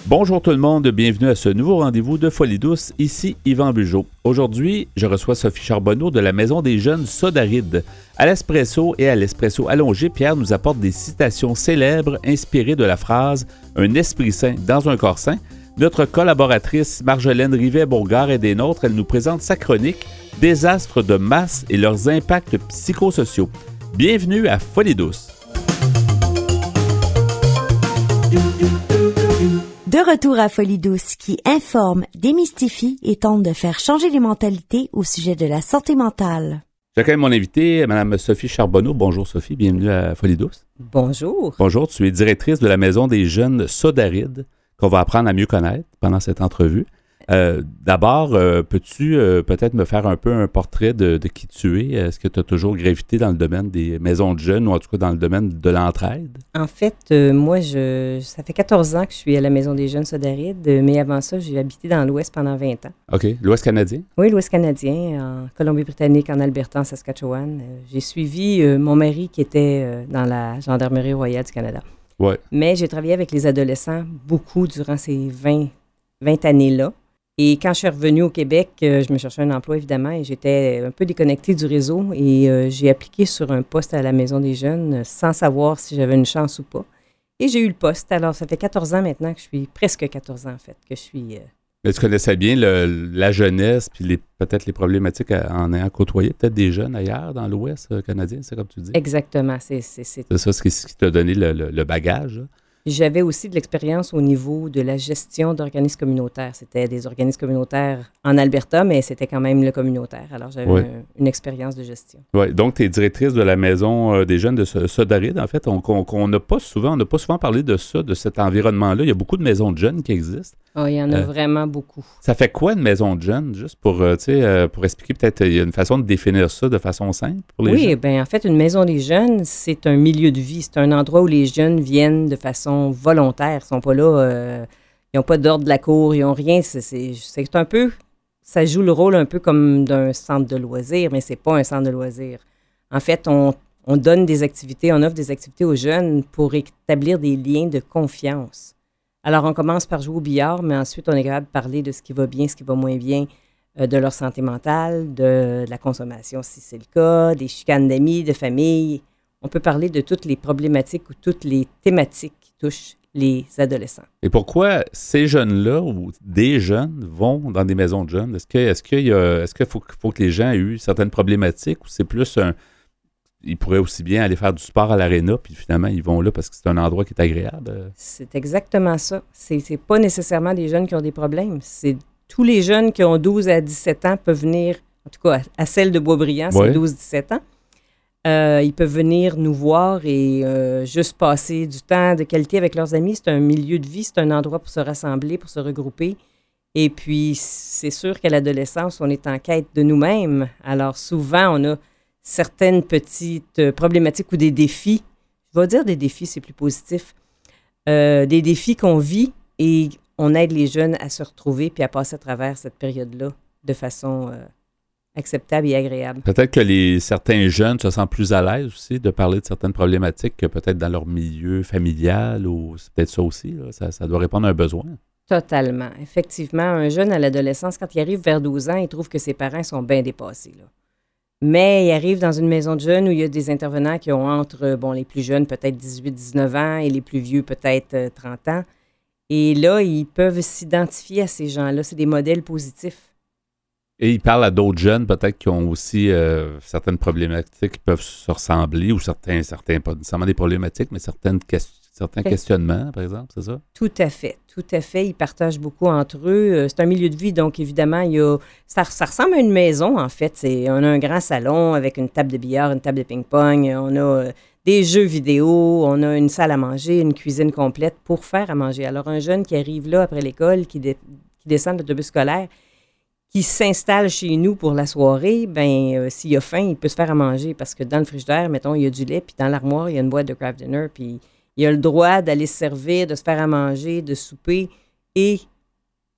Bonjour tout le monde, bienvenue à ce nouveau rendez-vous de Folie douce, ici Yvan Bugeaud. Aujourd'hui, je reçois Sophie Charbonneau de la Maison des Jeunes Sodarides. À l'espresso et à l'espresso allongé, Pierre nous apporte des citations célèbres inspirées de la phrase « Un esprit sain dans un corps sain ». Notre collaboratrice Marjolaine Rivet-Bourgard est des nôtres. Elle nous présente sa chronique « Désastres de masse et leurs impacts psychosociaux ». Bienvenue à Folie douce. De retour à Folie douce qui informe, démystifie et tente de faire changer les mentalités au sujet de la santé mentale. J'accueille mon invité, Mme Sophie Charbonneau. Bonjour Sophie, bienvenue à Folie douce. Bonjour. Bonjour, tu es directrice de la Maison des Jeunes Sodarides qu'on va apprendre à mieux connaître pendant cette entrevue. D'abord, peux-tu peut-être me faire un peu un portrait de qui tu es? Est-ce que tu as toujours gravité dans le domaine des maisons de jeunes ou en tout cas dans le domaine de l'entraide? En fait, moi, ça fait 14 ans que je suis à la Maison des Jeunes Sodarides, mais avant ça, j'ai habité dans l'Ouest pendant 20 ans. OK. L'Ouest canadien? Oui, l'Ouest canadien, en Colombie-Britannique, en Alberta, en Saskatchewan. J'ai suivi mon mari qui était dans la Gendarmerie royale du Canada. Ouais. Mais j'ai travaillé avec les adolescents beaucoup durant ces 20 années-là. Et quand je suis revenue au Québec, je me cherchais un emploi, évidemment, et j'étais un peu déconnectée du réseau. Et j'ai appliqué sur un poste à la Maison des Jeunes sans savoir si j'avais une chance ou pas. Et j'ai eu le poste. Alors, ça fait 14 ans maintenant que je suis, presque 14 ans en fait, que je suis... Mais tu connaissais bien la jeunesse puis peut-être les problématiques en ayant côtoyé peut-être des jeunes ailleurs dans l'Ouest canadien, c'est comme tu dis? Exactement. C'est ça ce qui t'a donné le bagage, là. J'avais aussi de l'expérience au niveau de la gestion d'organismes communautaires. C'était des organismes communautaires en Alberta, mais c'était quand même le communautaire. Alors, j'avais une expérience de gestion. Oui, donc tu es directrice de la Maison des Jeunes de Sodarides. En fait, on n'a pas souvent parlé de ça, de cet environnement-là. Il y a beaucoup de maisons de jeunes qui existent. Oh, il y en a vraiment beaucoup. Ça fait quoi une maison de jeunes, juste pour expliquer peut-être, il y a une façon de définir ça de façon simple pour les jeunes? Oui, bien en fait, une maison des jeunes, c'est un milieu de vie. C'est un endroit où les jeunes viennent de façon volontaire. Ils sont pas là, ils n'ont pas d'ordre de la cour, ils n'ont rien. C'est un peu, ça joue le rôle un peu comme d'un centre de loisirs, mais c'est pas un centre de loisirs. En fait, on donne des activités, on offre des activités aux jeunes pour établir des liens de confiance. Alors, on commence par jouer au billard, mais ensuite, on est capable de parler de ce qui va bien, ce qui va moins bien, de leur santé mentale, de la consommation, si c'est le cas, des chicanes d'amis, de famille. On peut parler de toutes les problématiques ou toutes les thématiques qui touchent les adolescents. Et pourquoi ces jeunes-là ou des jeunes vont dans des maisons de jeunes? Est-ce qu'il faut que les gens aient eu certaines problématiques ou c'est plus ils pourraient aussi bien aller faire du sport à l'aréna, puis finalement, ils vont là parce que c'est un endroit qui est agréable? C'est exactement ça. C'est pas nécessairement des jeunes qui ont des problèmes. C'est tous les jeunes qui ont 12 à 17 ans peuvent venir, en tout cas à celle de Boisbriand, c'est 12-17 ans. Ils peuvent venir nous voir et juste passer du temps de qualité avec leurs amis. C'est un milieu de vie, c'est un endroit pour se rassembler, pour se regrouper. Et puis, c'est sûr qu'à l'adolescence, on est en quête de nous-mêmes. Alors, souvent, on a certaines petites problématiques ou des défis. Je vais dire des défis, c'est plus positif. Des défis qu'on vit et on aide les jeunes à se retrouver puis à passer à travers cette période-là de façon acceptable et agréable. Peut-être que certains jeunes se sentent plus à l'aise aussi de parler de certaines problématiques que peut-être dans leur milieu familial ou c'est peut-être ça aussi. Là. Ça doit répondre à un besoin. Totalement. Effectivement, un jeune à l'adolescence, quand il arrive vers 12 ans, il trouve que ses parents sont bien dépassés, là. Mais il arrive dans une maison de jeunes où il y a des intervenants qui ont entre, les plus jeunes, peut-être 18-19 ans, et les plus vieux, peut-être 30 ans. Et là, ils peuvent s'identifier à ces gens-là. C'est des modèles positifs. Et ils parlent à d'autres jeunes, peut-être, qui ont aussi certaines problématiques qui peuvent se ressembler, ou certains pas nécessairement des problématiques, mais certains questionnements, par exemple, c'est ça? Tout à fait. Ils partagent beaucoup entre eux. C'est un milieu de vie, donc évidemment, ça ressemble à une maison, en fait. On a un grand salon avec une table de billard, une table de ping-pong, on a des jeux vidéo, on a une salle à manger, une cuisine complète pour faire à manger. Alors, un jeune qui arrive là après l'école, qui descend de l'autobus scolaire, qui s'installe chez nous pour la soirée, s'il a faim, il peut se faire à manger parce que dans le frigidaire, mettons, il y a du lait, puis dans l'armoire, il y a une boîte de Kraft Dinner, puis il a le droit d'aller se servir, de se faire à manger, de souper et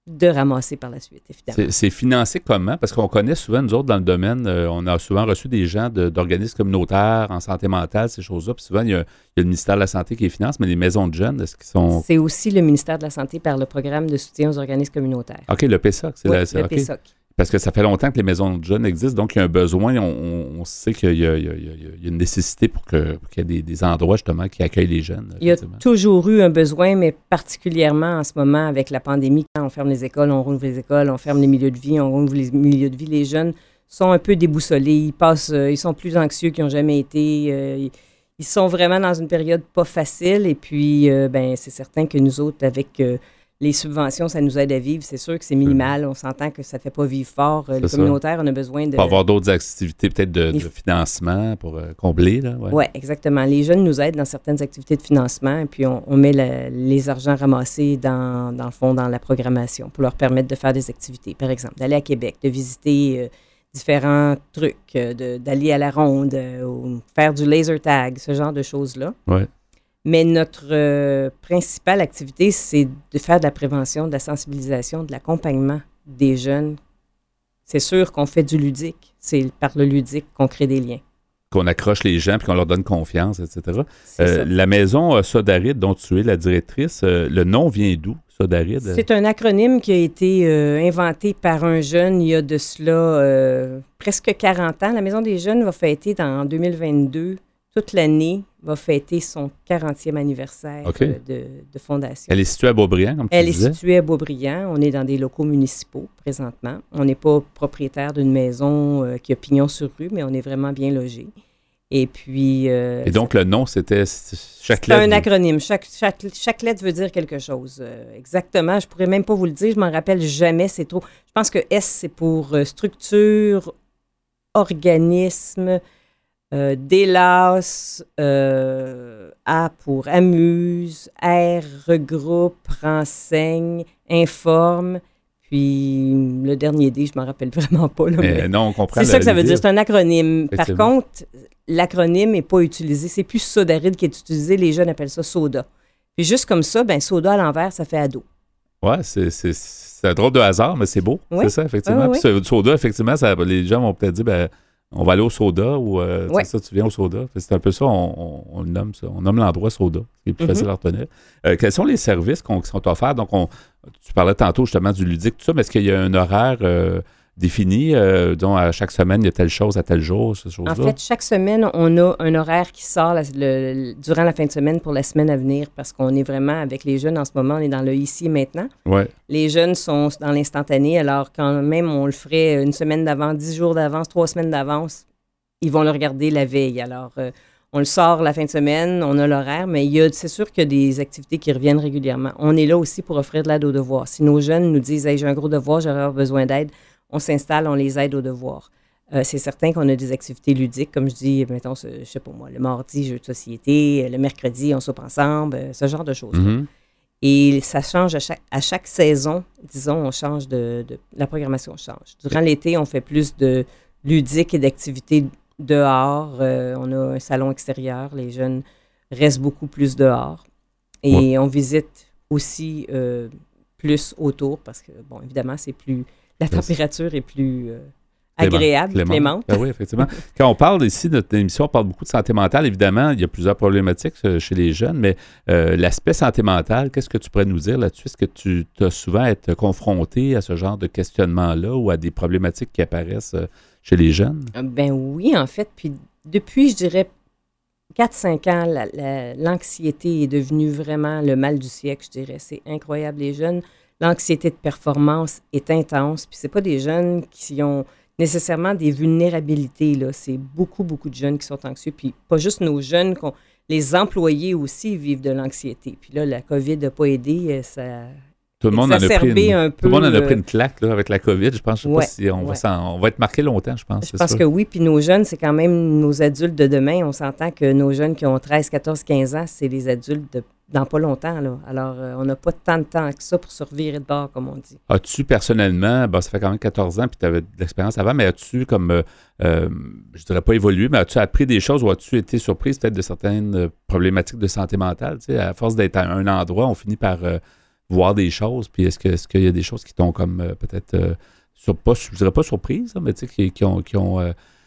de ramasser par la suite, évidemment. C'est financé comment? Parce qu'on connaît souvent, nous autres, dans le domaine, on a souvent reçu des gens d'organismes communautaires en santé mentale, ces choses-là. Puis souvent, il y a le ministère de la Santé qui les finance, mais les maisons de jeunes, est-ce qu'ils sont... C'est aussi le ministère de la Santé par le programme de soutien aux organismes communautaires. OK, le PSOC. Le PSOC. Parce que ça fait longtemps que les maisons de jeunes existent, donc il y a un besoin, on sait qu'il y a une nécessité pour qu'il y ait des endroits justement qui accueillent les jeunes. Il y a toujours eu un besoin, mais particulièrement en ce moment avec la pandémie, quand on ferme les écoles, on rouvre les écoles, on ferme les milieux de vie, on rouvre les milieux de vie, les jeunes sont un peu déboussolés, ils sont plus anxieux qu'ils n'ont jamais été, ils sont vraiment dans une période pas facile et puis c'est certain que nous autres, avec... les subventions, ça nous aide à vivre. C'est sûr que c'est minimal. On s'entend que ça ne fait pas vivre fort. Le communautaire, on a besoin de... Pour avoir d'autres activités, peut-être de financement pour combler. Oui, exactement. Les jeunes nous aident dans certaines activités de financement et puis on met les argents ramassés dans le fond, dans la programmation pour leur permettre de faire des activités. Par exemple, d'aller à Québec, de visiter différents trucs, d'aller à la ronde, ou faire du laser tag, ce genre de choses-là. Oui. Mais notre principale activité, c'est de faire de la prévention, de la sensibilisation, de l'accompagnement des jeunes. C'est sûr qu'on fait du ludique. C'est par le ludique qu'on crée des liens. Qu'on accroche les gens puis qu'on leur donne confiance, etc. La maison Sodaride, dont tu es la directrice, le nom vient d'où, Sodaride? C'est un acronyme qui a été inventé par un jeune il y a de cela presque 40 ans. La Maison des jeunes va fêter en 2022, toute l'année, va fêter son 40e anniversaire de fondation. Elle est située à Beaubriand, comme tu disais? Elle est située à Beaubriand. On est dans des locaux municipaux présentement. On n'est pas propriétaire d'une maison qui a pignon sur rue, mais on est vraiment bien logé. Et puis... Et donc, le nom, c'était chaque lettre? C'est un acronyme. Chaque lettre veut dire quelque chose. Exactement. Je ne pourrais même pas vous le dire. Je m'en rappelle jamais. C'est trop... Je pense que S, c'est pour structure, organisme... délasse, A pour amuse, R regroupe, renseigne, informe, puis le dernier D, je ne m'en rappelle vraiment pas. Là, mais non, on comprend. C'est ça que ça veut dire, c'est un acronyme. Par contre, l'acronyme n'est pas utilisé, c'est plus Sodaride qui est utilisé, les jeunes appellent ça soda. Puis juste comme ça, soda à l'envers, ça fait ado. Oui, c'est un drôle de hasard, mais c'est beau, c'est ça, effectivement. Oui. Puis soda, effectivement, les gens vont peut-être dire, on va aller au soda ou ça, tu viens au soda. C'est un peu ça, on le nomme ça. On nomme l'endroit soda, ce qui est plus facile à retenir. Quels sont les services qui sont offerts? Donc, tu parlais tantôt justement du ludique, tout ça, mais est-ce qu'il y a un horaire défini, dont à chaque semaine, il y a telle chose à tel jour, ces choses-là? En fait, chaque semaine, on a un horaire qui sort durant la fin de semaine pour la semaine à venir parce qu'on est vraiment avec les jeunes en ce moment, on est dans le ici et maintenant. Ouais. Les jeunes sont dans l'instantané, alors quand même on le ferait une semaine d'avance, 10 jours d'avance, 3 semaines d'avance, ils vont le regarder la veille. Alors, on le sort la fin de semaine, on a l'horaire, mais c'est sûr qu'il y a des activités qui reviennent régulièrement. On est là aussi pour offrir de l'aide aux devoirs. Si nos jeunes nous disent « Hey, j'ai un gros devoir, j'aurais besoin d'aide », on s'installe, on les aide aux devoirs. C'est certain qu'on a des activités ludiques, comme je dis, mettons, je sais pas moi, le mardi, jeu de société, le mercredi, on soupe ensemble, ce genre de choses. Mm-hmm. Et ça change à chaque saison, disons, on change la programmation change. Durant l'été, on fait plus de ludiques et d'activités dehors. On a un salon extérieur, les jeunes restent beaucoup plus dehors. Et on visite aussi plus autour parce que, bon, évidemment, c'est plus... La température est plus agréable, clémente. Ben oui, effectivement. Quand on parle ici de notre émission, on parle beaucoup de santé mentale. Évidemment, il y a plusieurs problématiques chez les jeunes, mais l'aspect santé mentale, qu'est-ce que tu pourrais nous dire là-dessus? Est-ce que tu as souvent été confronté à ce genre de questionnement-là ou à des problématiques qui apparaissent chez les jeunes? Ben oui, en fait. Puis depuis, je dirais, 4-5 ans, l'anxiété est devenue vraiment le mal du siècle, je dirais. C'est incroyable. Les jeunes... L'anxiété de performance est intense. Puis c'est pas des jeunes qui ont nécessairement des vulnérabilités, là. C'est beaucoup, beaucoup de jeunes qui sont anxieux. Puis pas juste nos jeunes, les employés aussi vivent de l'anxiété. Puis là, la COVID n'a pas aidé. Ça tout le monde en a pris tout le monde en a pris une claque là, avec la COVID. Je pense, je sais pas si on va être marqué longtemps, je pense. Je pense que oui. Puis nos jeunes, c'est quand même nos adultes de demain. On s'entend que nos jeunes qui ont 13, 14, 15 ans, c'est les adultes dans pas longtemps, là. Alors, on n'a pas tant de temps que ça pour se revirer de bord, comme on dit. As-tu personnellement, ça fait quand même 14 ans, puis tu avais de l'expérience avant, mais as-tu comme, je dirais pas évolué, mais as-tu appris des choses ou as-tu été surprise peut-être de certaines problématiques de santé mentale? Tu sais, à force d'être à un endroit, on finit par voir des choses, puis est-ce qu'il y a des choses qui t'ont comme peut-être, je dirais pas surprise, mais tu sais, qui t'ont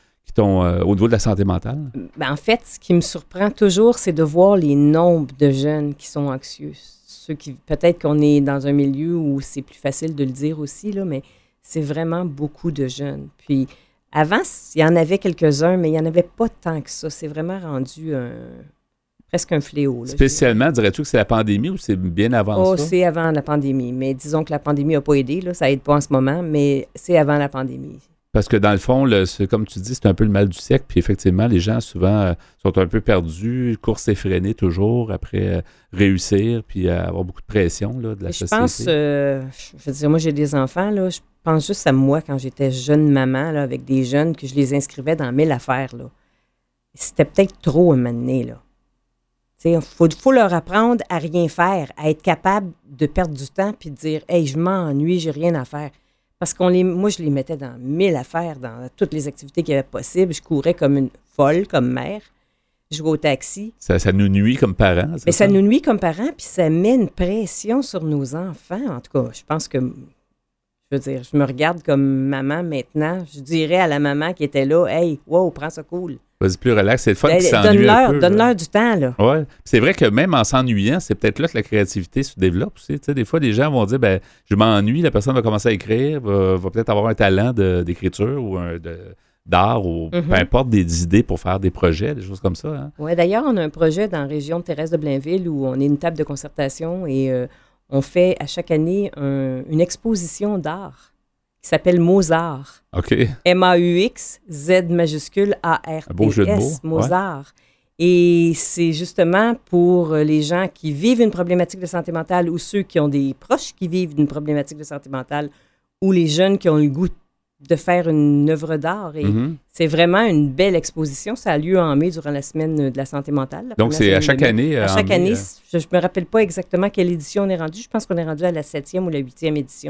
au niveau de la santé mentale? Ben, en fait, ce qui me surprend toujours, c'est de voir les nombres de jeunes qui sont anxieux. Ceux qui, peut-être qu'on est dans un milieu où c'est plus facile de le dire aussi, là, mais c'est vraiment beaucoup de jeunes. Puis avant, il y en avait quelques-uns, mais il n'y en avait pas tant que ça. C'est vraiment rendu presque un fléau. Là, spécialement, dirais-tu que c'est la pandémie ou c'est bien avant ça? C'est avant la pandémie. Mais disons que la pandémie n'a pas aidé. Là, ça n'aide pas en ce moment, mais c'est avant la pandémie. Parce que dans le fond, comme tu dis, c'est un peu le mal du siècle. Puis effectivement, les gens souvent sont un peu perdus, course effrénée toujours, après réussir, puis avoir beaucoup de pression là, de la société. Je pense, je veux dire, moi j'ai des enfants, là, je pense juste à moi quand j'étais jeune maman, là, avec des jeunes, que je les inscrivais dans 1000 affaires. Là. C'était peut-être trop un moment donné, là. Il faut leur apprendre à rien faire, à être capable de perdre du temps puis de dire « Hey, je m'ennuie, j'ai rien à faire ». Parce moi, je les mettais dans 1000 affaires, dans toutes les activités qu'il y avait possibles. Je courais comme une folle, comme mère. Je jouais au taxi. Ça nous nuit comme parents. Mais ça nous nuit comme parents, puis ça met une pression sur nos enfants. En tout cas, je pense que, je veux dire, je me regarde comme maman maintenant. Je dirais à la maman qui était là, « Hey, wow, prends ça cool ». Vas-y, plus relax, c'est le fun qui s'ennuie un peu. Donne-leur du temps, là. Oui, c'est vrai que même en s'ennuyant, c'est peut-être là que la créativité se développe aussi. Tu sais, des fois, des gens vont dire, ben, je m'ennuie, la personne va commencer à écrire, va peut-être avoir un talent d'écriture ou d'art ou peu importe, des idées pour faire des projets, des choses comme ça. Hein? Oui, d'ailleurs, on a un projet dans la région de Thérèse de Blainville où on est une table de concertation et on fait à chaque année une exposition d'art qui s'appelle Mozart. OK. M-A-U-X, Z majuscule A-R-T-S. Un beau jeu de mots. Mozart. Ouais. Et c'est justement pour les gens qui vivent une problématique de santé mentale ou ceux qui ont des proches qui vivent une problématique de santé mentale ou les jeunes qui ont le goût de faire une œuvre d'art. Et c'est vraiment une belle exposition. Ça a lieu en mai durant la semaine de la santé mentale. Donc, c'est à chaque année? À chaque année. Je ne me rappelle pas exactement quelle édition on est rendu. Je pense qu'on est rendu à la 7e ou la 8e édition.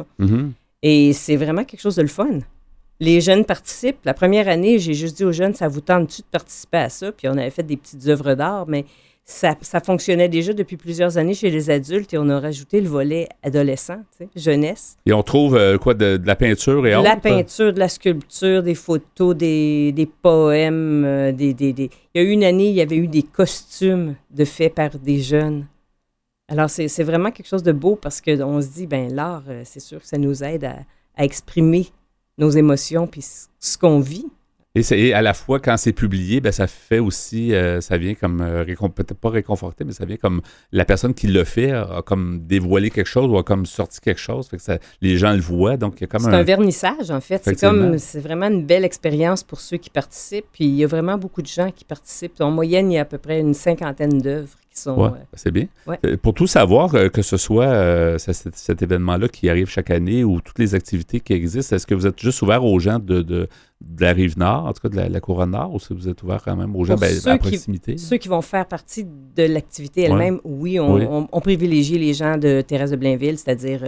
Et c'est vraiment quelque chose de le fun. Les jeunes participent. La première année, j'ai juste dit aux jeunes, ça vous tente-tu de participer à ça? Puis on avait fait des petites œuvres d'art, mais ça fonctionnait déjà depuis plusieurs années chez les adultes et on a rajouté le volet adolescent, jeunesse. Et on trouve quoi, de la peinture et autres? De la peinture, de la sculpture, des photos, des poèmes. Il y a eu une année, il y avait eu des costumes faits par des jeunes. Alors, c'est vraiment quelque chose de beau parce qu'on se dit, ben l'art, c'est sûr que ça nous aide à exprimer nos émotions puis ce qu'on vit. Et à la fois, quand c'est publié, ben ça fait aussi, ça vient comme, peut-être pas réconforter, mais ça vient comme la personne qui l'a fait a comme dévoilé quelque chose ou a comme sorti quelque chose. Fait que les gens le voient, donc il y a comme c'est un vernissage, en fait. C'est vraiment une belle expérience pour ceux qui participent. Puis il y a vraiment beaucoup de gens qui participent. En moyenne, il y a à peu près une 50aine d'œuvres qui sont... Ouais, c'est bien. Ouais. Pour tout savoir, que ce soit cet événement-là qui arrive chaque année ou toutes les activités qui existent, est-ce que vous êtes juste ouvert aux gens de la Rive-Nord, en tout cas de la Couronne-Nord, ou si vous êtes ouvert quand même aux gens à proximité? Ceux qui vont faire partie de l'activité elle-même, oui, on privilégie les gens de Thérèse de Blainville, c'est-à-dire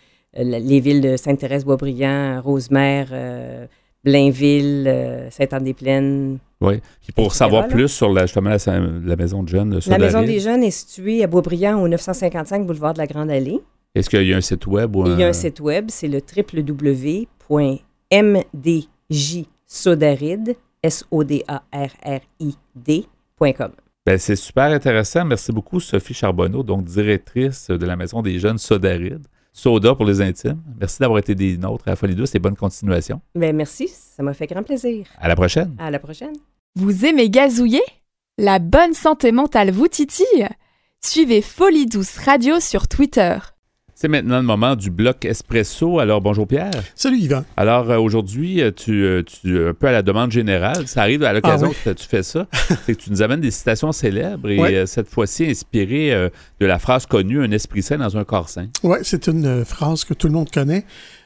les villes de Sainte-Thérèse-Boisbriand, Rosemère, Blainville, Sainte-Anne-des-Plaines. Oui. Puis pour savoir plus sur justement la maison de jeunes Sodaride. La maison des jeunes est située à Boisbriand au 955 boulevard de la Grande Allée. Est-ce qu'il y a un site web? Il y a un site web, c'est le www.mdjsodaride, SODARRID.com. Ben, c'est super intéressant. Merci beaucoup, Sophie Charbonneau, donc directrice de la Maison des jeunes Sodaride. Soda pour les intimes. Merci d'avoir été des nôtres à Folie Douce et bonne continuation. Ben, merci, ça m'a fait grand plaisir. À la prochaine. À la prochaine. Vous aimez gazouiller? La bonne santé mentale vous titille? Suivez Folie Douce Radio sur Twitter. C'est maintenant le moment du bloc Espresso. Alors, bonjour Pierre. Salut Yvan. Alors, aujourd'hui, tu un peu à la demande générale, ça arrive à l'occasion que tu fais ça, c'est que tu nous amènes des citations célèbres et cette fois-ci inspirées de la phrase connue « Un esprit sain dans un corps sain ». Oui, c'est une phrase que tout le monde connaît.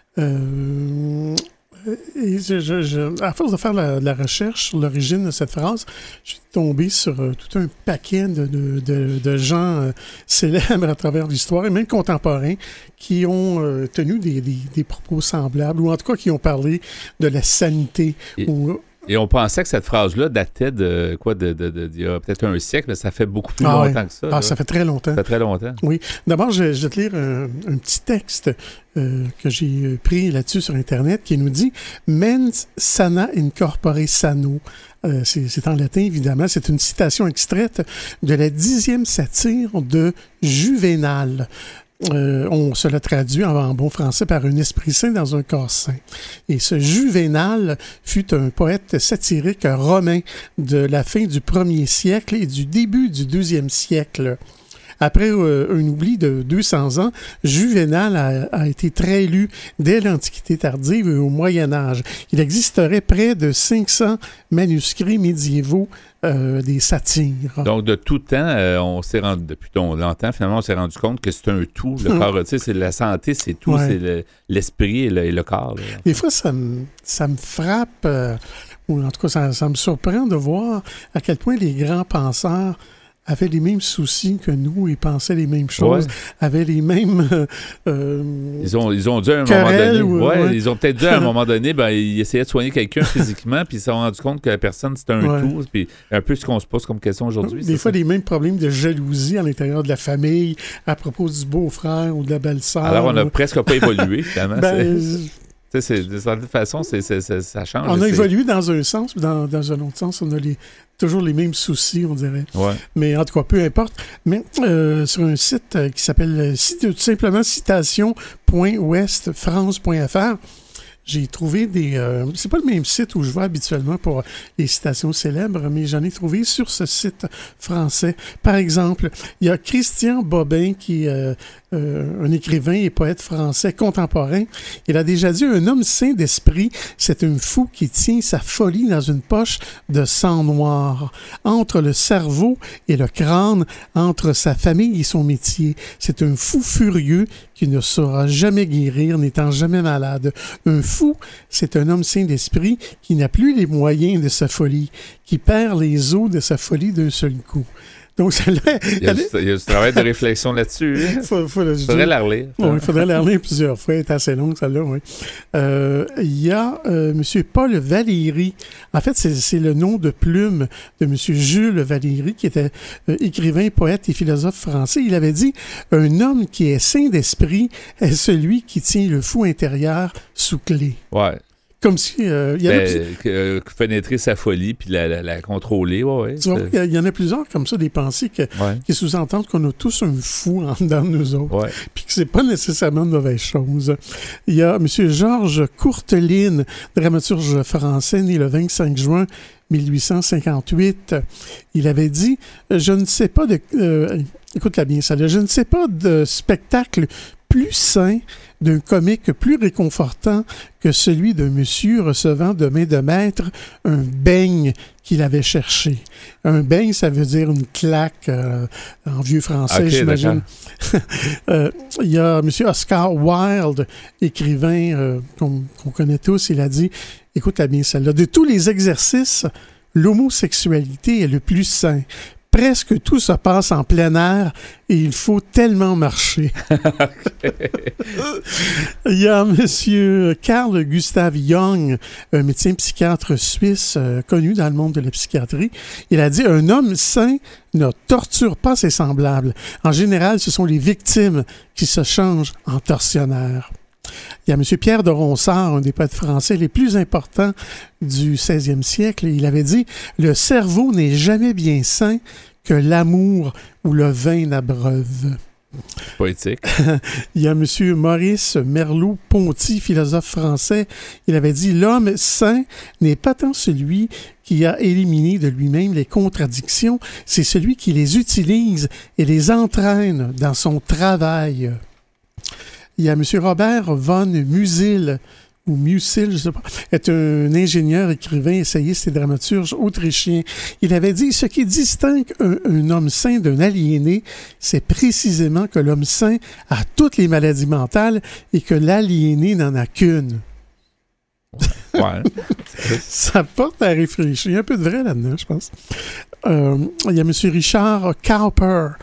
Et à force de faire la recherche sur l'origine de cette phrase, je suis tombé sur tout un paquet de gens célèbres à travers l'histoire et même contemporains qui ont tenu des propos semblables ou en tout cas qui ont parlé de la sanité ou Et on pensait que cette phrase-là datait de il y a peut-être un siècle, mais ça fait beaucoup plus longtemps que ça. Ah, ça fait très longtemps. Ça fait très longtemps. Oui. D'abord, je vais te lire un petit texte que j'ai pris là-dessus sur Internet qui nous dit « Mens sana in corpore sano ». C'est en latin, évidemment. C'est une citation extraite de la 10e satire de Juvénal. On se l'a traduit en bon français par un esprit sain dans un corps sain. Et ce Juvénal fut un poète satirique romain de la fin du 1er siècle et du début du 2e siècle. Après un oubli de 200 ans, Juvénal a été très lu dès l'Antiquité tardive et au Moyen Âge. Il existerait près de 500 manuscrits médiévaux des satires. Donc, de tout temps, on s'est rendu, depuis longtemps, finalement, on s'est rendu compte que c'est un tout. Le corps, tu sais, c'est la santé, c'est tout, c'est l'esprit et le corps. Là. Des fois, ça me frappe, ou en tout cas, ça me surprend de voir à quel point les grands penseurs avaient les mêmes soucis que nous et pensaient les mêmes choses, avaient les mêmes ils ont dû à un moment donné, ils ont peut-être dû à un moment donné, ils essayaient de soigner quelqu'un physiquement, puis ils se sont rendus compte que la personne, c'était un tout, puis un peu ce qu'on se pose comme question aujourd'hui. Des fois, les mêmes problèmes de jalousie à l'intérieur de la famille, à propos du beau-frère ou de la belle-sœur. Alors, on n'a presque pas évolué, finalement. De certaine façon, ça change. On a évolué dans un sens, mais dans un autre sens, on a toujours les mêmes soucis, on dirait. Ouais. Mais en tout cas, peu importe. Mais sur un site qui s'appelle tout simplement citation.ouestfrance.fr, j'ai trouvé c'est pas le même site où je vais habituellement pour les citations célèbres, mais j'en ai trouvé sur ce site français. Par exemple, il y a Christian Bobin, qui est un écrivain et poète français contemporain. Il a déjà dit « Un homme sain d'esprit, c'est un fou qui tient sa folie dans une poche de sang noir. Entre le cerveau et le crâne, entre sa famille et son métier. C'est un fou furieux qui ne saura jamais guérir, n'étant jamais malade. Un fou, c'est un homme sain d'esprit qui n'a plus les moyens de sa folie, qui perd les os de sa folie d'un seul coup. » Donc, celle-là, il y a du travail de réflexion là-dessus. Il faudrait la relire. Oui, il faudrait la relire plusieurs fois. Elle est assez longue, celle-là, oui. Il y a M. Paul Valéry. En fait, c'est le nom de plume de M. Jules Valéry, qui était écrivain, poète et philosophe français. Il avait dit « Un homme qui est sain d'esprit est celui qui tient le fou intérieur sous clé. » Ouais. Comme si... pénétrer sa folie puis la contrôler, Tu vois, il y en a plusieurs comme ça, des pensées qui sous-entendent qu'on a tous un fou en dedans de nous autres, puis que c'est pas nécessairement une mauvaise chose. Il y a M. Georges Courteline, dramaturge français, né le 25 juin 1858. Il avait dit « Je ne sais pas de... écoute-la bien, ça. Je ne sais pas de spectacle plus sain, d'un comique plus réconfortant que celui d'un monsieur recevant de main de maître un beigne qu'il avait cherché. » Un beigne, ça veut dire une claque en vieux français, j'imagine. Il y a M. Oscar Wilde, écrivain qu'on connaît tous, il a dit, écoute-la bien celle-là, « De tous les exercices, l'homosexualité est le plus sain. Presque tout se passe en plein air et il faut tellement marcher. » Il y a M. Carl Gustav Jung, un médecin psychiatre suisse connu dans le monde de la psychiatrie. Il a dit « Un homme sain ne torture pas ses semblables. En général, ce sont les victimes qui se changent en tortionnaires. » Il y a M. Pierre de Ronsard, un des poètes français les plus importants du 16e siècle. Il avait dit « Le cerveau n'est jamais bien sain que l'amour ou le vin n'abreuve. » Poétique. Il y a M. Maurice Merleau-Ponty, philosophe français. Il avait dit « L'homme sain n'est pas tant celui qui a éliminé de lui-même les contradictions, c'est celui qui les utilise et les entraîne dans son travail. » Il y a M. Robert von Musil, ou Musil, je ne sais pas, est un ingénieur, écrivain, essayiste et dramaturge autrichien. Il avait dit « Ce qui distingue un homme sain d'un aliéné, c'est précisément que l'homme sain a toutes les maladies mentales et que l'aliéné n'en a qu'une. » Ouais. Ça porte à réfléchir. Il y a un peu de vrai là-dedans, je pense. Il y a M. Richard Cowper,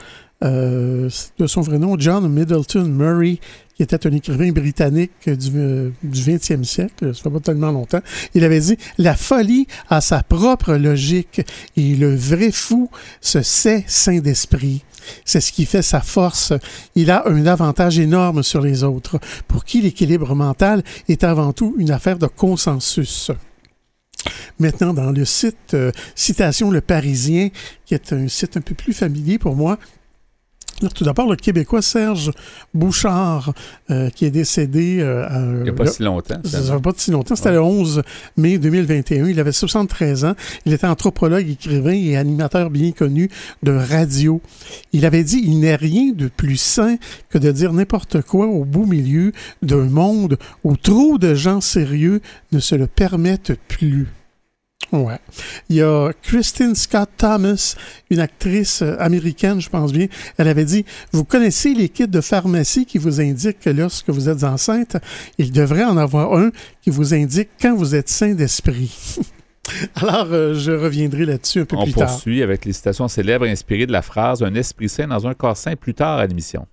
de son vrai nom, John Middleton Murray, qui était un écrivain britannique du 20e siècle, ça fait pas tellement longtemps. Il avait dit « La folie a sa propre logique et le vrai fou se sait saint d'esprit. » C'est ce qui fait sa force. Il a un avantage énorme sur les autres, pour qui l'équilibre mental est avant tout une affaire de consensus. Maintenant, dans le site Citation Le Parisien, qui est un site un peu plus familier pour moi, tout d'abord, le Québécois Serge Bouchard, qui est décédé... il n'y a pas si longtemps. Ça ne fait pas si longtemps. C'était le 11 mai 2021. Il avait 73 ans. Il était anthropologue, écrivain et animateur bien connu de radio. Il avait dit « Il n'est rien de plus sain que de dire n'importe quoi au beau milieu d'un monde où trop de gens sérieux ne se le permettent plus. » Ouais. Il y a Kristen Scott Thomas, une actrice américaine, je pense bien. Elle avait dit « Vous connaissez les kits de pharmacie qui vous indiquent que lorsque vous êtes enceinte, il devrait en avoir un qui vous indique quand vous êtes sain d'esprit. » Alors, je reviendrai là-dessus un peu plus tard. On poursuit avec les citations célèbres inspirées de la phrase « Un esprit sain dans un corps sain » plus tard à l'émission.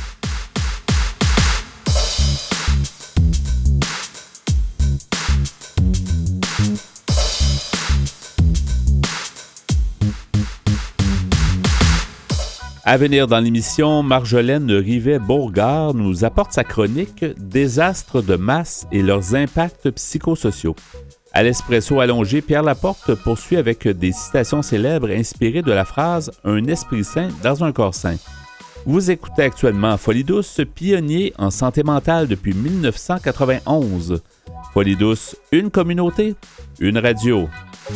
À venir dans l'émission, Marjolaine Rivet-Bourgard nous apporte sa chronique « Désastres de masse et leurs impacts psychosociaux ». À l'Espresso allongé, Pierre Laporte poursuit avec des citations célèbres inspirées de la phrase « Un esprit sain dans un corps sain ». Vous écoutez actuellement Folie douce, pionnier en santé mentale depuis 1991. Folie douce, une communauté, une radio.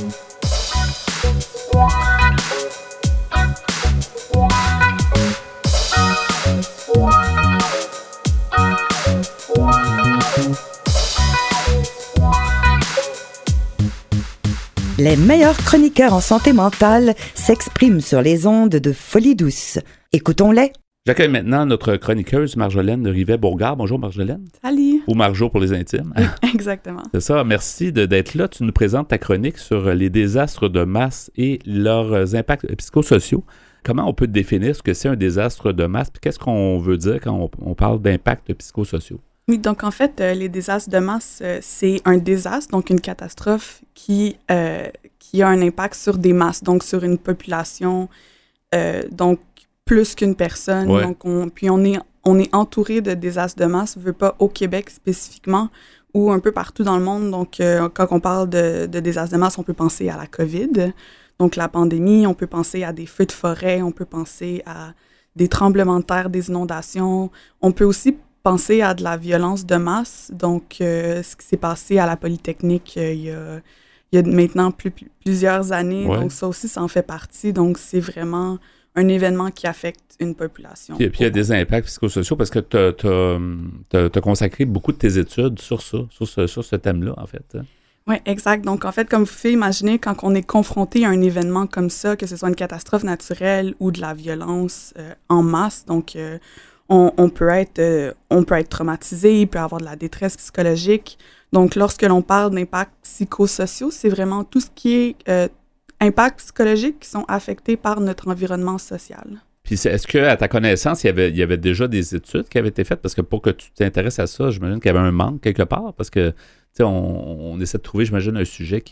Les meilleurs chroniqueurs en santé mentale s'expriment sur les ondes de Folie douce. Écoutons-les. J'accueille maintenant notre chroniqueuse Marjolaine Rivet-Bourgard. Bonjour Marjolaine. Salut. Ou Marjo pour les intimes. Oui, exactement. C'est ça, merci d'être là. Tu nous présentes ta chronique sur les désastres de masse et leurs impacts psychosociaux. Comment on peut définir ce que c'est un désastre de masse? Puis qu'est-ce qu'on veut dire quand on parle d'impacts psychosociaux? Oui, donc en fait, les désastres de masse, c'est un désastre, donc une catastrophe qui a un impact sur des masses, donc sur une population, donc plus qu'une personne. Ouais. Donc on est entouré de désastres de masse, je veux pas au Québec spécifiquement, ou un peu partout dans le monde. Donc quand on parle de désastres de masse, on peut penser à la COVID, donc la pandémie, on peut penser à des feux de forêt, on peut penser à des tremblements de terre, des inondations. On peut aussi penser à de la violence de masse, donc ce qui s'est passé à la Polytechnique il y a maintenant plusieurs années, ouais. Donc ça aussi, ça en fait partie, donc c'est vraiment un événement qui affecte une population. Puis il y a des impacts psychosociaux parce que tu as consacré beaucoup de tes études sur ça, sur ce thème-là, en fait. Oui, exact. Donc, en fait, comme vous pouvez imaginer, quand on est confronté à un événement comme ça, que ce soit une catastrophe naturelle ou de la violence en masse, donc on peut être traumatisé, il peut y avoir de la détresse psychologique. Donc, lorsque l'on parle d'impacts psychosociaux, c'est vraiment tout ce qui est impacts psychologiques qui sont affectés par notre environnement social. Puis est-ce qu'à ta connaissance, il y avait déjà des études qui avaient été faites? Parce que pour que tu t'intéresses à ça, j'imagine qu'il y avait un manque quelque part, parce que on essaie de trouver, j'imagine, un sujet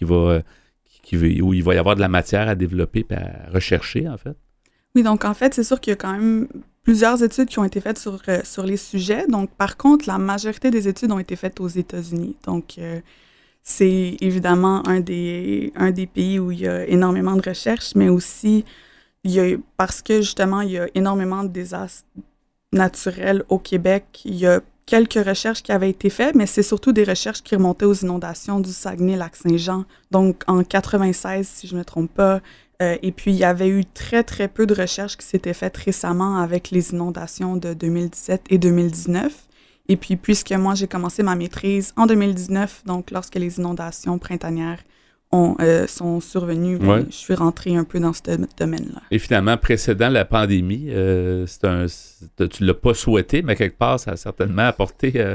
où il va y avoir de la matière à développer et à rechercher, en fait. Oui, donc en fait, c'est sûr qu'il y a quand même plusieurs études qui ont été faites sur les sujets. Donc, par contre, la majorité des études ont été faites aux États-Unis. Donc, c'est évidemment un des pays où il y a énormément de recherches, mais aussi parce que justement, il y a énormément de désastres naturels au Québec. Il y a quelques recherches qui avaient été faites, mais c'est surtout des recherches qui remontaient aux inondations du Saguenay-Lac-Saint-Jean, donc en 96, si je ne me trompe pas. Et puis, il y avait eu très, très peu de recherches qui s'étaient faites récemment avec les inondations de 2017 et 2019. Et puis, puisque moi, j'ai commencé ma maîtrise en 2019, donc lorsque les inondations printanières sont survenues, ouais. Je suis rentrée un peu dans ce domaine-là. Et finalement, précédant la pandémie, tu ne l'as pas souhaité, mais quelque part, ça a certainement apporté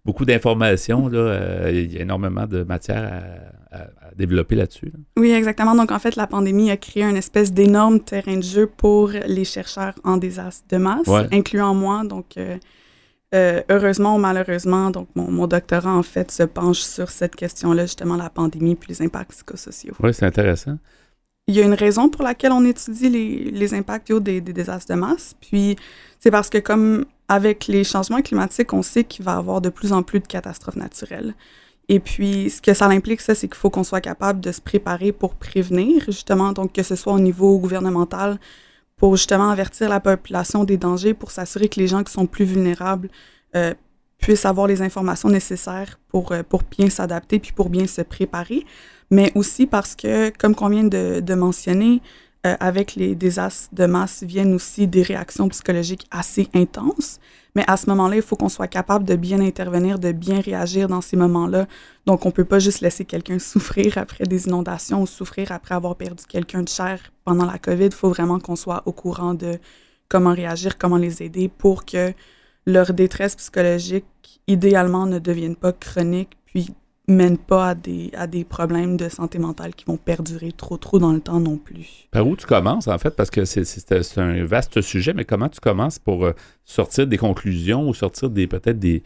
beaucoup d'informations. Là, il y a énormément de matière à développer là-dessus. Là. Oui, exactement. Donc, en fait, la pandémie a créé une espèce d'énorme terrain de jeu pour les chercheurs en désastre de masse, incluant moi. Donc, heureusement ou malheureusement, donc mon doctorat, en fait, se penche sur cette question-là, justement, la pandémie puis les impacts psychosociaux. Oui, c'est intéressant. Il y a une raison pour laquelle on étudie les impacts des désastres de masse, puis c'est parce que, comme avec les changements climatiques, on sait qu'il va y avoir de plus en plus de catastrophes naturelles. Et puis, ce que ça implique, ça, c'est qu'il faut qu'on soit capable de se préparer pour prévenir, justement, donc que ce soit au niveau gouvernemental, pour justement avertir la population des dangers, pour s'assurer que les gens qui sont plus vulnérables puissent avoir les informations nécessaires pour bien s'adapter puis pour bien se préparer. Mais aussi parce que, comme qu'on vient de mentionner, avec les désastres de masse viennent aussi des réactions psychologiques assez intenses. Mais à ce moment-là, il faut qu'on soit capable de bien intervenir, de bien réagir dans ces moments-là. Donc, on ne peut pas juste laisser quelqu'un souffrir après des inondations ou souffrir après avoir perdu quelqu'un de cher pendant la COVID. Il faut vraiment qu'on soit au courant de comment réagir, comment les aider pour que leur détresse psychologique, idéalement, ne devienne pas chronique, puis mène pas à des problèmes de santé mentale qui vont perdurer trop dans le temps non plus. Par où tu commences, en fait? Parce que c'est un vaste sujet, mais comment tu commences pour sortir des conclusions ou sortir peut-être des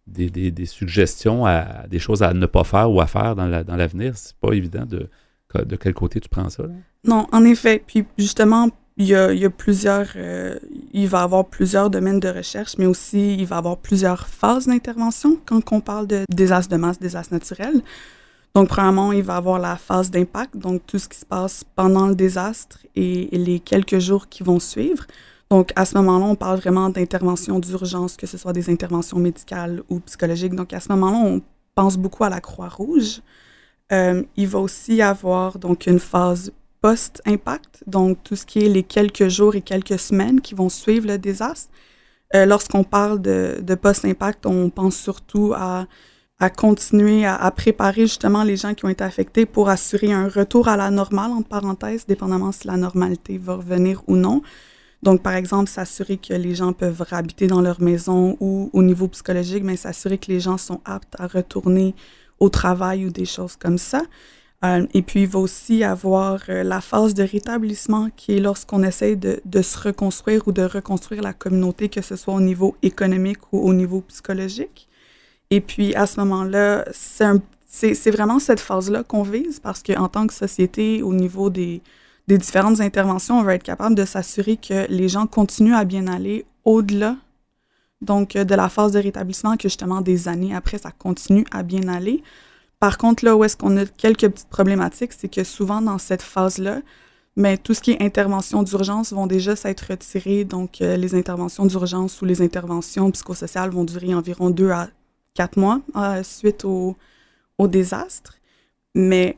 suggestions à des choses à ne pas faire ou à faire dans l'avenir? C'est pas évident de quel côté tu prends ça, là? Non, en effet. Puis justement, il y a plusieurs... il va y avoir plusieurs domaines de recherche, mais aussi il va y avoir plusieurs phases d'intervention quand on parle de désastres de masse, désastres naturels. Donc, premièrement, il va y avoir la phase d'impact, donc tout ce qui se passe pendant le désastre et les quelques jours qui vont suivre. Donc, à ce moment-là, on parle vraiment d'intervention d'urgence, que ce soit des interventions médicales ou psychologiques. Donc, à ce moment-là, on pense beaucoup à la Croix-Rouge. Il va aussi y avoir donc une phase post-impact, donc tout ce qui est les quelques jours et quelques semaines qui vont suivre le désastre. Lorsqu'on parle de post-impact, on pense surtout à continuer à préparer justement les gens qui ont été affectés pour assurer un retour à la normale, entre parenthèses, dépendamment si la normalité va revenir ou non. Donc, par exemple, s'assurer que les gens peuvent réhabiter dans leur maison ou au niveau psychologique, mais s'assurer que les gens sont aptes à retourner au travail ou des choses comme ça. Et puis, il va aussi y avoir la phase de rétablissement qui est lorsqu'on essaie de se reconstruire ou de reconstruire la communauté, que ce soit au niveau économique ou au niveau psychologique. Et puis, à ce moment-là, c'est vraiment cette phase-là qu'on vise parce qu'en tant que société, au niveau des différentes interventions, on va être capable de s'assurer que les gens continuent à bien aller au-delà donc de la phase de rétablissement, que justement des années après, ça continue à bien aller. Par contre, là où est-ce qu'on a quelques petites problématiques, c'est que souvent dans cette phase-là, mais tout ce qui est intervention d'urgence vont déjà s'être retirées. Donc, les interventions d'urgence ou les interventions psychosociales vont durer environ 2 à 4 mois suite au désastre. Mais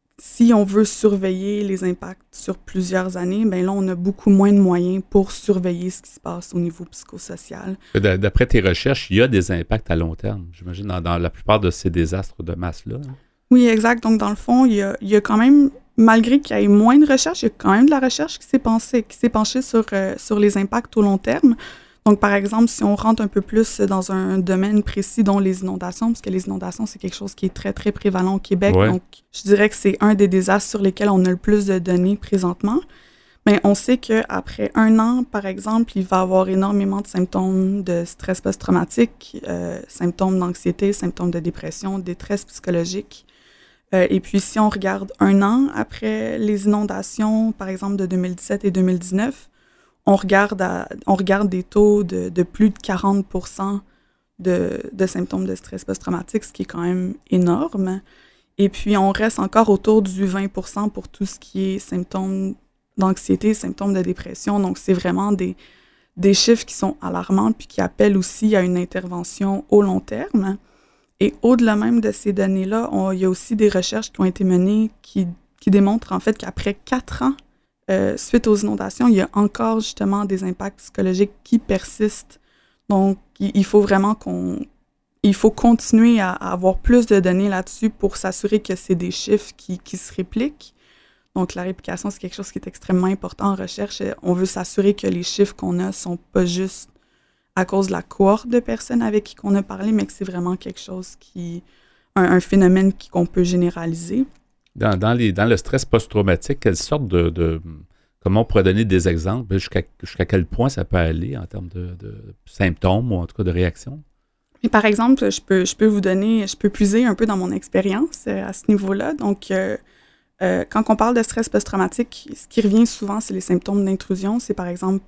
si on veut surveiller les impacts sur plusieurs années, bien là, on a beaucoup moins de moyens pour surveiller ce qui se passe au niveau psychosocial. D'après tes recherches, il y a des impacts à long terme, j'imagine, dans la plupart de ces désastres de masse-là. Hein? Oui, exact. Donc, dans le fond, il y a quand même, malgré qu'il y ait moins de recherche, il y a quand même de la recherche qui s'est penchée sur les impacts au long terme. Donc, par exemple, si on rentre un peu plus dans un domaine précis, dont les inondations, parce que les inondations, c'est quelque chose qui est très, très prévalent au Québec. Ouais. Donc, je dirais que c'est un des désastres sur lesquels on a le plus de données présentement. Mais on sait qu'après 1 an, par exemple, il va y avoir énormément de symptômes de stress post-traumatique, symptômes d'anxiété, symptômes de dépression, détresse psychologique. Et puis, si on regarde 1 an après les inondations, par exemple, de 2017 et 2019, on regarde des taux de plus de 40% de symptômes de stress post-traumatique, ce qui est quand même énorme. Et puis, on reste encore autour du 20% pour tout ce qui est symptômes d'anxiété, symptômes de dépression. Donc, c'est vraiment des chiffres qui sont alarmants puis qui appellent aussi à une intervention au long terme. Et au-delà même de ces données-là, il y a aussi des recherches qui ont été menées qui démontrent en fait qu'après 4 ans, suite aux inondations, il y a encore justement des impacts psychologiques qui persistent. Donc, il faut vraiment il faut continuer à avoir plus de données là-dessus pour s'assurer que c'est des chiffres qui se répliquent. Donc, la réplication, c'est quelque chose qui est extrêmement important en recherche. On veut s'assurer que les chiffres qu'on a sont pas juste à cause de la cohorte de personnes avec qui on a parlé, mais que c'est vraiment quelque chose un phénomène qu'on peut généraliser. Dans le stress post-traumatique, quelle sorte de comment on pourrait donner des exemples? Jusqu'à quel point ça peut aller en termes de symptômes ou en tout cas de réactions? Et par exemple, je peux puiser un peu dans mon expérience à ce niveau-là. Donc, quand on parle de stress post-traumatique, ce qui revient souvent, c'est les symptômes d'intrusion. C'est par exemple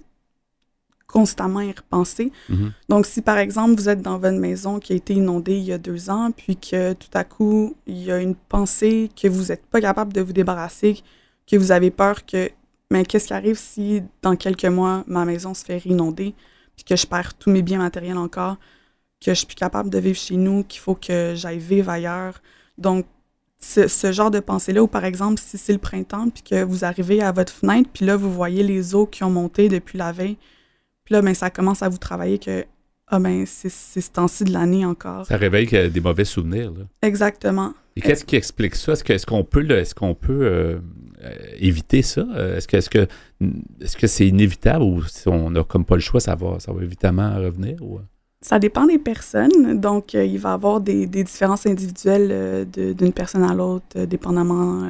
constamment y repenser. Mm-hmm. Donc, si par exemple, vous êtes dans votre maison qui a été inondée il y a 2 ans, puis que tout à coup, il y a une pensée que vous n'êtes pas capable de vous débarrasser, que vous avez peur que, mais qu'est-ce qui arrive si dans quelques mois, ma maison se fait inonder, puis que je perds tous mes biens matériels encore, que je suis plus capable de vivre chez nous, qu'il faut que j'aille vivre ailleurs. Donc, ce genre de pensée-là, ou par exemple, si c'est le printemps, puis que vous arrivez à votre fenêtre, puis là, vous voyez les eaux qui ont monté depuis la veille, puis là, ben, ça commence à vous travailler que, c'est ce temps-ci de l'année encore. Ça réveille des mauvais souvenirs, là. Exactement. Et qu'est-ce qui explique ça? Est-ce qu'on peut éviter ça? Est-ce que c'est inévitable ou si on n'a comme pas le choix, ça va évidemment revenir? Ou? Ça dépend des personnes. Donc, il va y avoir des différences individuelles d'une personne à l'autre, dépendamment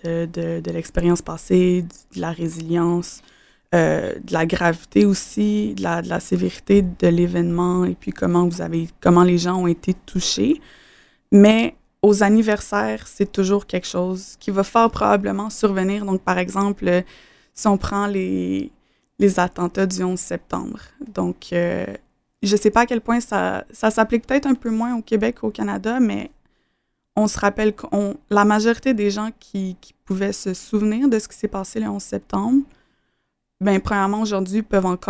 de l'expérience passée, de la résilience, de la gravité aussi, de la sévérité de l'événement et puis comment les gens ont été touchés. Mais aux anniversaires, c'est toujours quelque chose qui va fort probablement survenir. Donc, par exemple, si on prend les attentats du 11 septembre. Donc, je ne sais pas à quel point ça s'applique peut-être un peu moins au Québec qu'au Canada, mais on se rappelle la majorité des gens qui pouvaient se souvenir de ce qui s'est passé le 11 septembre, bien, premièrement, aujourd'hui,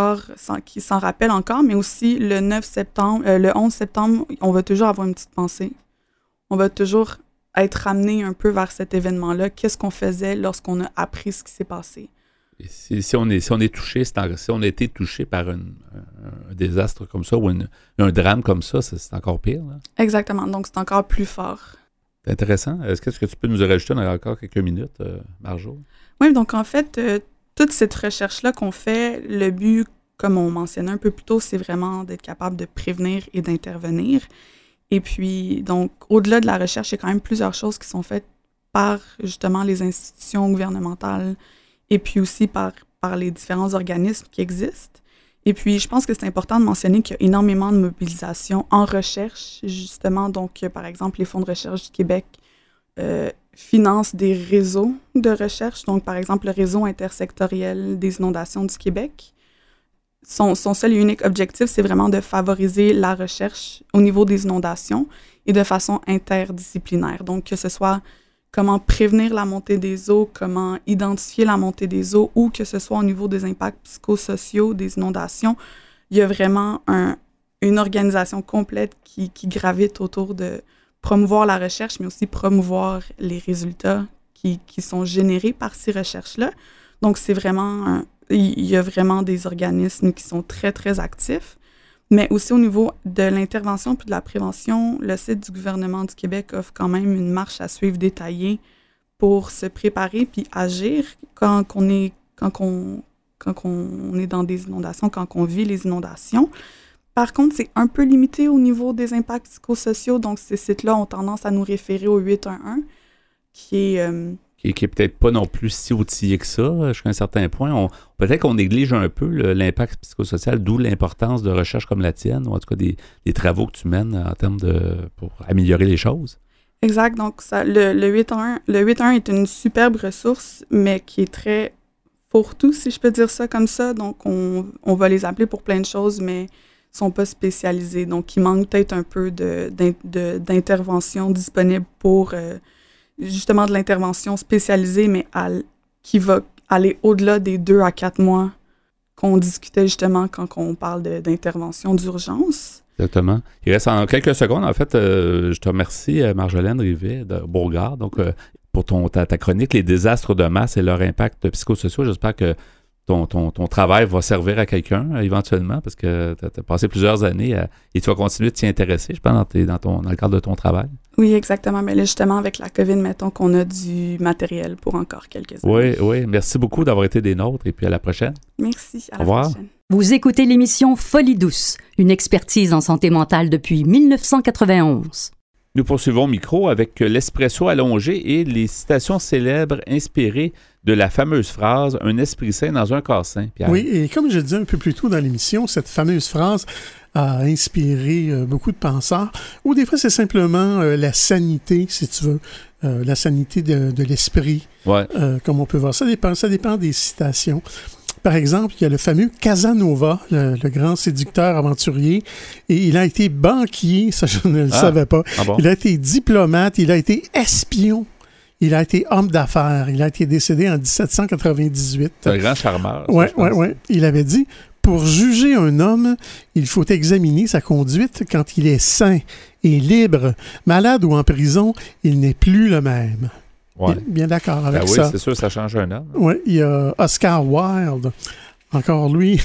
qui s'en rappellent encore, mais aussi le 11 septembre, on va toujours avoir une petite pensée. On va toujours être ramené un peu vers cet événement-là. Qu'est-ce qu'on faisait lorsqu'on a appris ce qui s'est passé? Et si on est touché, si on a été touché par un désastre comme ça ou un drame comme ça, c'est encore pire, là? Exactement. Donc, c'est encore plus fort. C'est intéressant. Est-ce que tu peux nous rajouter dans encore quelques minutes, Marjo? Oui, donc en fait, toute cette recherche-là qu'on fait, le but, comme on mentionnait un peu plus tôt, c'est vraiment d'être capable de prévenir et d'intervenir. Et puis, donc, au-delà de la recherche, il y a quand même plusieurs choses qui sont faites par, justement, les institutions gouvernementales et puis aussi par les différents organismes qui existent. Et puis, je pense que c'est important de mentionner qu'il y a énormément de mobilisation en recherche, justement. Donc, par exemple, les fonds de recherche du Québec financent des réseaux de recherche. Donc, par exemple, le réseau intersectoriel des inondations du Québec. Son seul et unique objectif, c'est vraiment de favoriser la recherche au niveau des inondations et de façon interdisciplinaire. Donc, que ce soit comment prévenir la montée des eaux, comment identifier la montée des eaux, ou que ce soit au niveau des impacts psychosociaux des inondations, il y a vraiment une organisation complète qui gravite autour de promouvoir la recherche, mais aussi promouvoir les résultats qui sont générés par ces recherches-là. Donc, c'est vraiment il y a vraiment des organismes qui sont très, très actifs. Mais aussi au niveau de l'intervention puis de la prévention, le site du gouvernement du Québec offre quand même une marche à suivre détaillée pour se préparer puis agir quand on est dans des inondations, quand on vit les inondations. Par contre, c'est un peu limité au niveau des impacts psychosociaux. Donc, ces sites-là ont tendance à nous référer au 811, qui est peut-être pas non plus si outillé que ça, jusqu'à un certain point. Peut-être qu'on néglige un peu l'impact psychosocial, d'où l'importance de recherches comme la tienne, ou en tout cas des travaux que tu mènes en termes pour améliorer les choses. Exact. Donc, le 811 est une superbe ressource, mais qui est très fourre-tout, si je peux dire ça comme ça. Donc, on va les appeler pour plein de choses, mais ne sont pas spécialisés. Donc, il manque peut-être un peu d'intervention disponible pour justement de l'intervention spécialisée, mais qui va aller au-delà des 2 à 4 mois qu'on discutait justement quand on parle d'intervention d'urgence. Exactement. Il reste en quelques secondes. En fait, je te remercie, Marjolaine Rivet de Beauregard, donc, pour ta chronique « Les désastres de masse et leur impact psychosocial ». J'espère que ton travail va servir à quelqu'un éventuellement, parce que tu as passé plusieurs années et tu vas continuer de t'y intéresser, je pense, dans le cadre de ton travail. Oui, exactement. Mais là, justement, avec la COVID, mettons qu'on a du matériel pour encore quelques années. Oui. Merci beaucoup d'avoir été des nôtres et puis à la prochaine. Merci. À la prochaine. Vous écoutez l'émission Folie douce, une expertise en santé mentale depuis 1991. Nous poursuivons micro avec l'espresso allongé et les citations célèbres inspirées de la fameuse phrase « Un esprit sain dans un corps sain ». Oui, et comme je le disais un peu plus tôt dans l'émission, cette fameuse phrase a inspiré beaucoup de penseurs, ou des fois c'est simplement la sanité, si tu veux, la sanité de l'esprit, comme on peut voir. Ça dépend des citations. Par exemple, il y a le fameux Casanova, le grand séducteur aventurier, et il a été banquier, ça je ne le savais pas. Ah bon? Il a été diplomate, il a été espion, il a été homme d'affaires, il a été décédé en 1798. C'est un grand charmeur. Oui. Il avait dit, pour juger un homme, il faut examiner sa conduite quand il est sain et libre. Malade ou en prison, il n'est plus le même. Ouais. Bien d'accord avec ça. Oui, c'est sûr, ça change un homme. Oui, il y a Oscar Wilde, encore lui,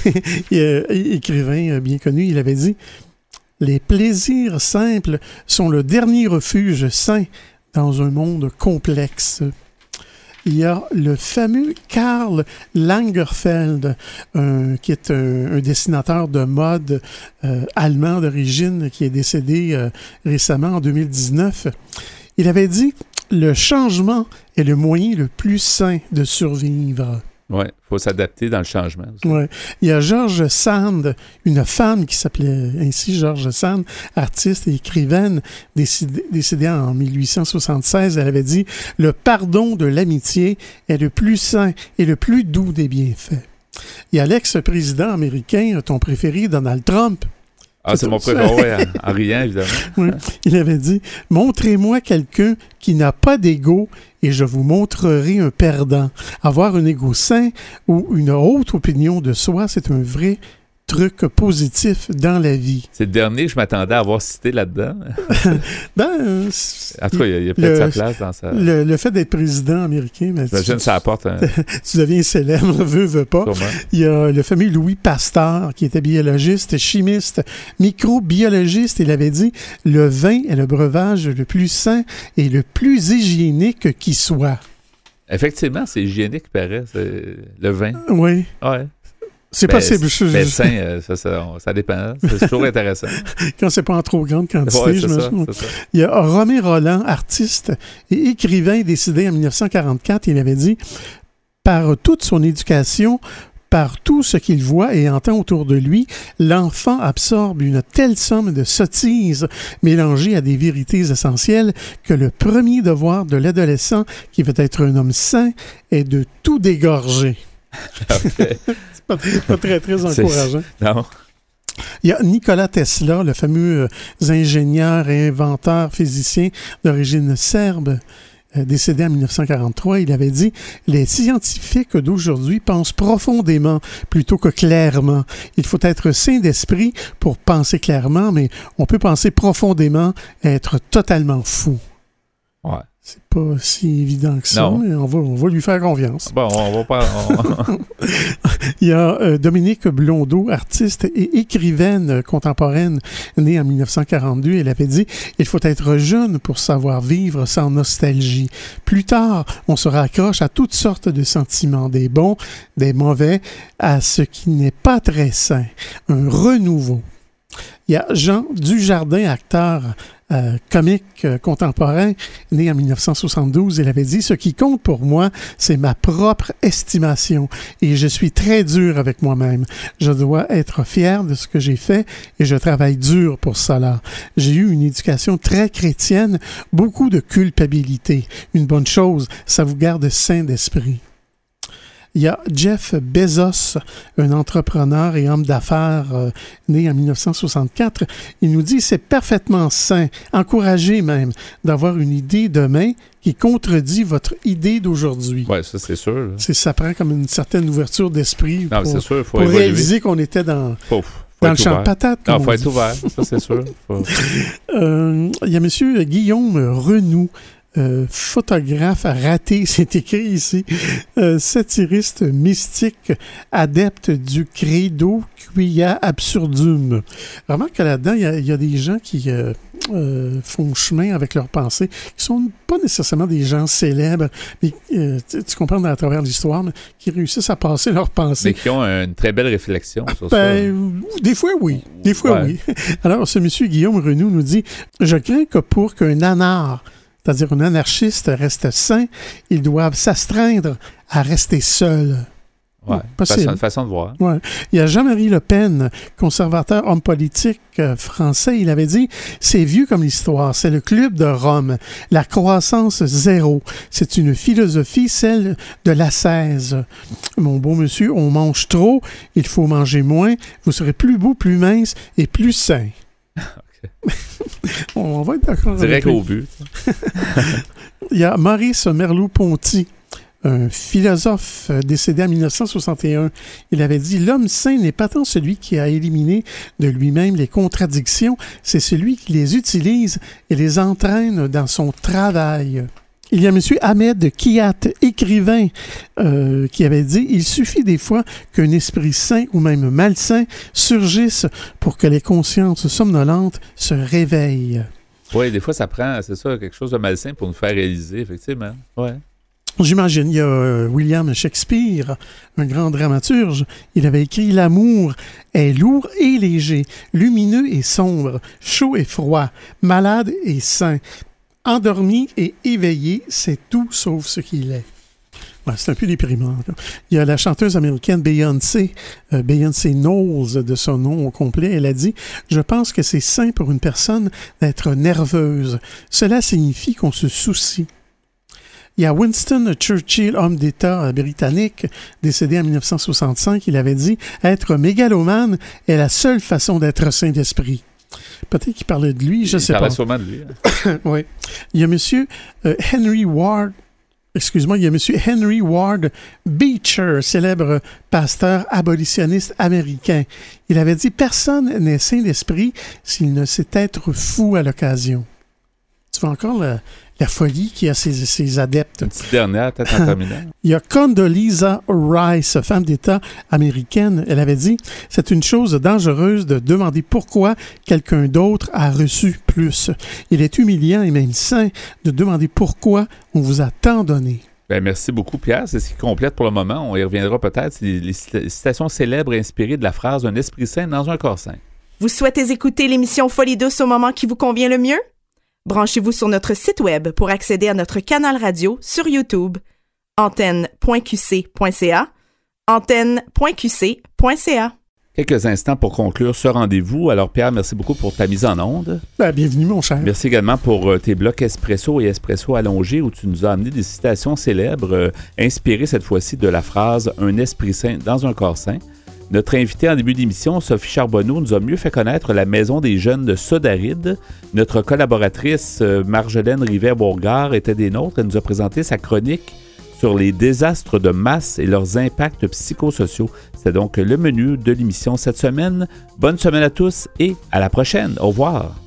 écrivain bien connu, il avait dit « Les plaisirs simples sont le dernier refuge sain dans un monde complexe. » Il y a le fameux Karl Lagerfeld, qui est un dessinateur de mode allemand d'origine, qui est décédé récemment en 2019. Il avait dit « Le changement est le moyen le plus sain de survivre. » Oui, il faut s'adapter dans le changement. Oui. Il y a George Sand, une femme qui s'appelait ainsi George Sand, artiste et écrivaine, décédée en 1876. Elle avait dit « Le pardon de l'amitié est le plus sain et le plus doux des bienfaits. » Il y a l'ex-président américain, ton préféré, Donald Trump. Ah, c'est mon préféré, en riant, évidemment. Oui. Il avait dit « Montrez-moi quelqu'un qui n'a pas d'ego et je vous montrerai un perdant. Avoir un ego sain ou une haute opinion de soi, c'est un vrai truc positif dans la vie. » C'est le dernier que je m'attendais à avoir cité là-dedans. En tout cas, il y a peut-être sa place dans ça. Le fait d'être président américain, j'imagine ça apporte tu deviens célèbre, veux pas. Sûrement. Il y a le fameux Louis Pasteur, qui était biologiste, chimiste, microbiologiste. Il avait dit « Le vin est le breuvage le plus sain et le plus hygiénique qui soit. » Effectivement, c'est hygiénique, paraît, c'est le vin. Oui. Ouais. C'est possible. Sain, ça dépend. C'est toujours intéressant. Quand c'est pas en trop grande quantité, c'est ça. Il y a Romain Rolland, artiste et écrivain décédé en 1944. Il avait dit « Par toute son éducation, par tout ce qu'il voit et entend autour de lui, l'enfant absorbe une telle somme de sottises mélangées à des vérités essentielles que le premier devoir de l'adolescent qui veut être un homme sain est de tout dégorger. » Okay. C'est pas très, très encourageant. Non. Il y a Nikola Tesla, le fameux ingénieur et inventeur physicien d'origine serbe, décédé en 1943. Il avait dit « Les scientifiques d'aujourd'hui pensent profondément plutôt que clairement. Il faut être sain d'esprit pour penser clairement, mais on peut penser profondément et être totalement fou. » Ouais. C'est pas si évident que ça, mais on va lui faire confiance. Bon, on va pas... Il y a Dominique Blondeau, artiste et écrivaine contemporaine, née en 1942. Elle avait dit « Il faut être jeune pour savoir vivre sans nostalgie. Plus tard, on se raccroche à toutes sortes de sentiments, des bons, des mauvais, à ce qui n'est pas très sain. Un renouveau. » Il y a Jean Dujardin, acteur comique contemporain, né en 1972. Il avait dit « Ce qui compte pour moi, c'est ma propre estimation et je suis très dur avec moi-même. Je dois être fier de ce que j'ai fait et je travaille dur pour cela. J'ai eu une éducation très chrétienne, beaucoup de culpabilité. Une bonne chose, ça vous garde sain d'esprit. » Il y a Jeff Bezos, un entrepreneur et homme d'affaires né en 1964. Il nous dit « C'est parfaitement sain, encouragé même, d'avoir une idée demain qui contredit votre idée d'aujourd'hui. » Oui, ça c'est sûr. Ça prend comme une certaine ouverture d'esprit pour réaliser qu'on était dans le champ de patates. Il faut être ouvert, ça c'est sûr. Il y a M. Guillaume Renoux, photographe raté, c'est écrit ici, satiriste mystique, adepte du credo quia absurdum. Remarque que là-dedans, il y a des gens qui font chemin avec leurs pensées, qui sont pas nécessairement des gens célèbres, mais tu comprends à travers l'histoire, mais qui réussissent à passer leurs pensées. Mais qui ont une très belle réflexion sur ça. Des fois, oui. Des fois, oui. Alors, ce monsieur Guillaume Renoux nous dit « Je crains que pour qu'un anard, c'est-à-dire un anarchiste, reste sain, ils doivent s'astreindre à rester seuls. » Oui, façon de voir. Ouais. Il y a Jean-Marie Le Pen, conservateur, homme politique français, il avait dit « C'est vieux comme l'histoire, c'est le club de Rome, la croissance zéro. C'est une philosophie, celle de l'ascèse. Mon beau monsieur, on mange trop, il faut manger moins, vous serez plus beau, plus mince et plus sain. » On va être d'accord. Direct au but. Il y a Maurice Merleau-Ponty, un philosophe décédé en 1961. Il avait dit « L'homme sain n'est pas tant celui qui a éliminé de lui-même les contradictions, c'est celui qui les utilise et les entraîne dans son travail. » Il y a M. Ahmed Kiyat, écrivain, qui avait dit « Il suffit des fois qu'un esprit sain ou même malsain surgisse pour que les consciences somnolentes se réveillent. » Oui, des fois, ça prend, c'est ça, quelque chose de malsain pour nous faire réaliser, effectivement. Ouais. J'imagine, il y a William Shakespeare, un grand dramaturge. Il avait écrit « L'amour est lourd et léger, lumineux et sombre, chaud et froid, malade et sain. Endormi et éveillé, c'est tout sauf ce qu'il est. » Ouais, c'est un peu déprimant. Il y a la chanteuse américaine Beyoncé Knowles, de son nom au complet. Elle a dit « Je pense que c'est sain pour une personne d'être nerveuse. Cela signifie qu'on se soucie. » Il y a Winston Churchill, homme d'État britannique, décédé en 1965. Il avait dit « Être mégalomane est la seule façon d'être sain d'esprit. » Peut-être qu'il parlait de lui, je ne sais pas. Il parlait sûrement de lui. Hein. Oui. Il y a M. Henry Ward Beecher, célèbre pasteur abolitionniste américain. Il avait dit « Personne n'est sain d'esprit s'il ne sait être fou à l'occasion. » Tu vois encore la folie qui a ses adeptes. Une petite dernière, peut-être en terminant. Il y a Condoleezza Rice, femme d'État américaine. Elle avait dit « C'est une chose dangereuse de demander pourquoi quelqu'un d'autre a reçu plus. Il est humiliant et même sain de demander pourquoi on vous a tant donné. » Bien, merci beaucoup, Pierre. C'est ce qui complète pour le moment. On y reviendra peut-être. C'est les citations célèbres inspirées de la phrase « Un esprit sain dans un corps sain ». Vous souhaitez écouter l'émission Folie douce au moment qui vous convient le mieux? Branchez-vous sur notre site web pour accéder à notre canal radio sur YouTube, antenne.qc.ca, antenne.qc.ca. Quelques instants pour conclure ce rendez-vous. Alors, Pierre, merci beaucoup pour ta mise en onde. Bienvenue, mon cher. Merci également pour tes blocs Espresso et Espresso allongés où tu nous as amené des citations célèbres inspirées cette fois-ci de la phrase « Un esprit sain dans un corps sain ». Notre invitée en début d'émission, Sophie Charbonneau, nous a mieux fait connaître la Maison des jeunes de Sodaride. Notre collaboratrice Marjolaine Rivet-Bourgard était des nôtres. Elle nous a présenté sa chronique sur les désastres de masse et leurs impacts psychosociaux. C'est donc le menu de l'émission cette semaine. Bonne semaine à tous et à la prochaine. Au revoir.